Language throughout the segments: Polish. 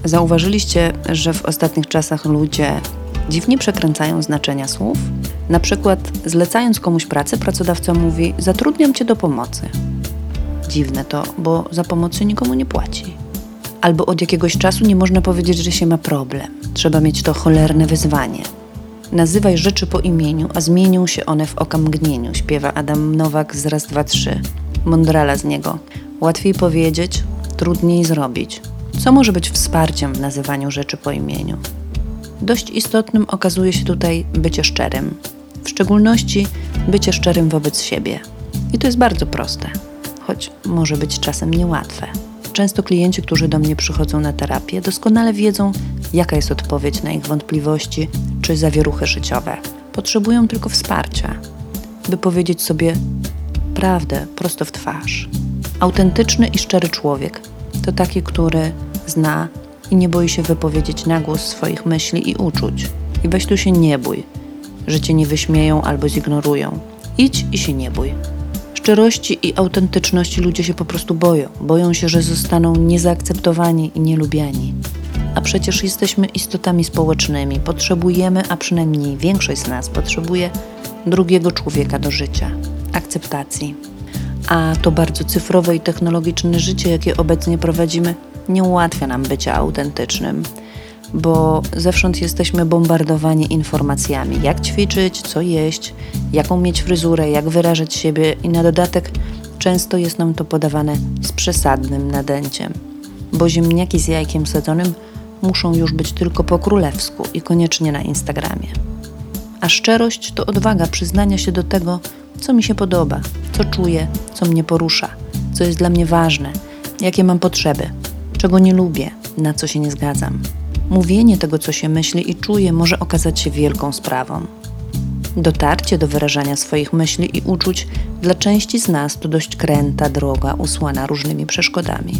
Zauważyliście, że w ostatnich czasach ludzie dziwnie przekręcają znaczenia słów? Na przykład zlecając komuś pracę, pracodawca mówi: zatrudniam cię do pomocy. Dziwne to, bo za pomoc nikomu nie płaci. Albo od jakiegoś czasu nie można powiedzieć, że się ma problem. Trzeba mieć to cholerne wyzwanie. Nazywaj rzeczy po imieniu, a zmienią się one w okamgnieniu, śpiewa Adam Nowak z Raz, Dwa, Trzy. Mądrala z niego. Łatwiej powiedzieć, trudniej zrobić. Co może być wsparciem w nazywaniu rzeczy po imieniu? Dość istotnym okazuje się tutaj bycie szczerym. W szczególności bycie szczerym wobec siebie. I to jest bardzo proste, choć może być czasem niełatwe. Często klienci, którzy do mnie przychodzą na terapię, doskonale wiedzą, jaka jest odpowiedź na ich wątpliwości czy zawieruchy życiowe. Potrzebują tylko wsparcia, by powiedzieć sobie prawdę prosto w twarz. Autentyczny i szczery człowiek to taki, który zna i nie boi się wypowiedzieć na głos swoich myśli i uczuć. I weź tu się nie bój, że cię nie wyśmieją albo zignorują. Idź i się nie bój. Szczerości i autentyczności ludzie się po prostu boją. Boją się, że zostaną niezaakceptowani i nielubiani. A przecież jesteśmy istotami społecznymi. Potrzebujemy, a przynajmniej większość z nas potrzebuje drugiego człowieka do życia, akceptacji. A to bardzo cyfrowe i technologiczne życie, jakie obecnie prowadzimy, nie ułatwia nam bycia autentycznym, bo zewsząd jesteśmy bombardowani informacjami, jak ćwiczyć, co jeść, jaką mieć fryzurę, jak wyrażać siebie i na dodatek często jest nam to podawane z przesadnym nadęciem, bo ziemniaki z jajkiem sadzonym muszą już być tylko po królewsku i koniecznie na Instagramie. A szczerość to odwaga przyznania się do tego, co mi się podoba, co czuję, co mnie porusza, co jest dla mnie ważne, jakie mam potrzeby, czego nie lubię, na co się nie zgadzam. Mówienie tego, co się myśli i czuje, może okazać się wielką sprawą. Dotarcie do wyrażania swoich myśli i uczuć dla części z nas to dość kręta droga usłana różnymi przeszkodami.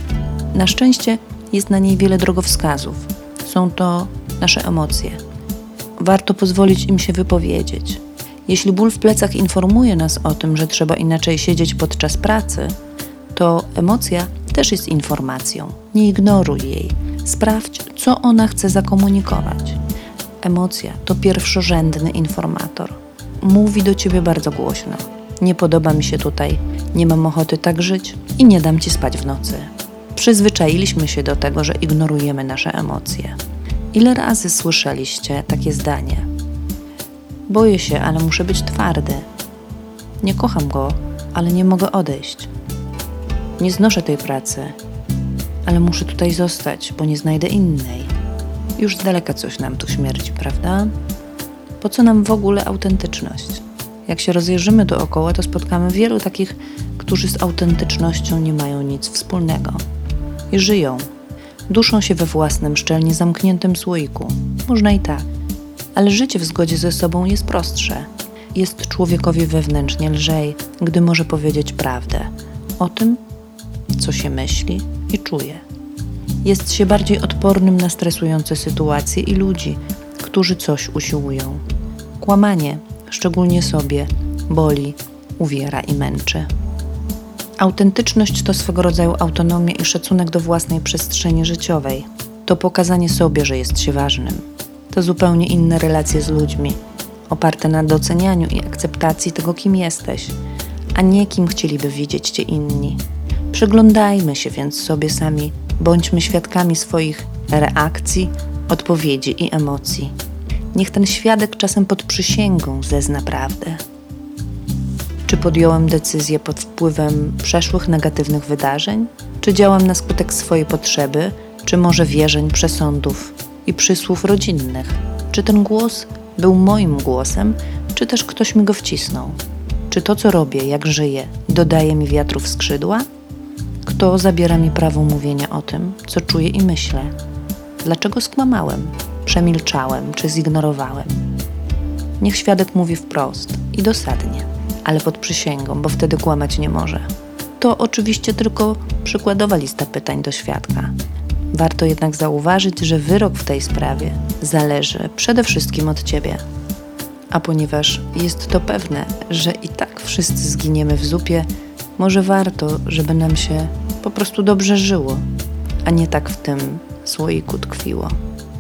Na szczęście jest na niej wiele drogowskazów. Są to nasze emocje. Warto pozwolić im się wypowiedzieć. Jeśli ból w plecach informuje nas o tym, że trzeba inaczej siedzieć podczas pracy, to emocja też jest informacją. Nie ignoruj jej. Sprawdź, co ona chce zakomunikować. Emocja to pierwszorzędny informator. Mówi do ciebie bardzo głośno. Nie podoba mi się tutaj, nie mam ochoty tak żyć i nie dam ci spać w nocy. Przyzwyczailiśmy się do tego, że ignorujemy nasze emocje. Ile razy słyszeliście takie zdanie? Boję się, ale muszę być twardy. Nie kocham go, ale nie mogę odejść. Nie znoszę tej pracy, ale muszę tutaj zostać, bo nie znajdę innej. Już z daleka coś nam tu śmierdzi, prawda? Po co nam w ogóle autentyczność? Jak się rozejrzymy dookoła, to spotkamy wielu takich, którzy z autentycznością nie mają nic wspólnego. I żyją. Duszą się we własnym, szczelnie zamkniętym słoiku. Można i tak. Ale życie w zgodzie ze sobą jest prostsze. Jest człowiekowi wewnętrznie lżej, gdy może powiedzieć prawdę o tym, co się myśli i czuje. Jest się bardziej odpornym na stresujące sytuacje i ludzi, którzy coś usiłują. Kłamanie, szczególnie sobie, boli, uwiera i męczy. Autentyczność to swego rodzaju autonomia i szacunek do własnej przestrzeni życiowej. To pokazanie sobie, że jest się ważnym. To zupełnie inne relacje z ludźmi, oparte na docenianiu i akceptacji tego, kim jesteś, a nie kim chcieliby widzieć cię inni. Przyglądajmy się więc sobie sami, bądźmy świadkami swoich reakcji, odpowiedzi i emocji. Niech ten świadek czasem pod przysięgą zezna prawdę. Czy podjąłem decyzję pod wpływem przeszłych negatywnych wydarzeń? Czy działam na skutek swojej potrzeby, czy może wierzeń, przesądów i przysłów rodzinnych? Czy ten głos był moim głosem, czy też ktoś mi go wcisnął? Czy to, co robię, jak żyję, dodaje mi wiatru w skrzydła? Kto zabiera mi prawo mówienia o tym, co czuję i myślę? Dlaczego skłamałem, przemilczałem czy zignorowałem? Niech świadek mówi wprost i dosadnie, ale pod przysięgą, bo wtedy kłamać nie może. To oczywiście tylko przykładowa lista pytań do świadka. Warto jednak zauważyć, że wyrok w tej sprawie zależy przede wszystkim od ciebie. A ponieważ jest to pewne, że i tak wszyscy zginiemy w zupie, może warto, żeby nam się po prostu dobrze żyło, a nie tak w tym w słoiku tkwiło.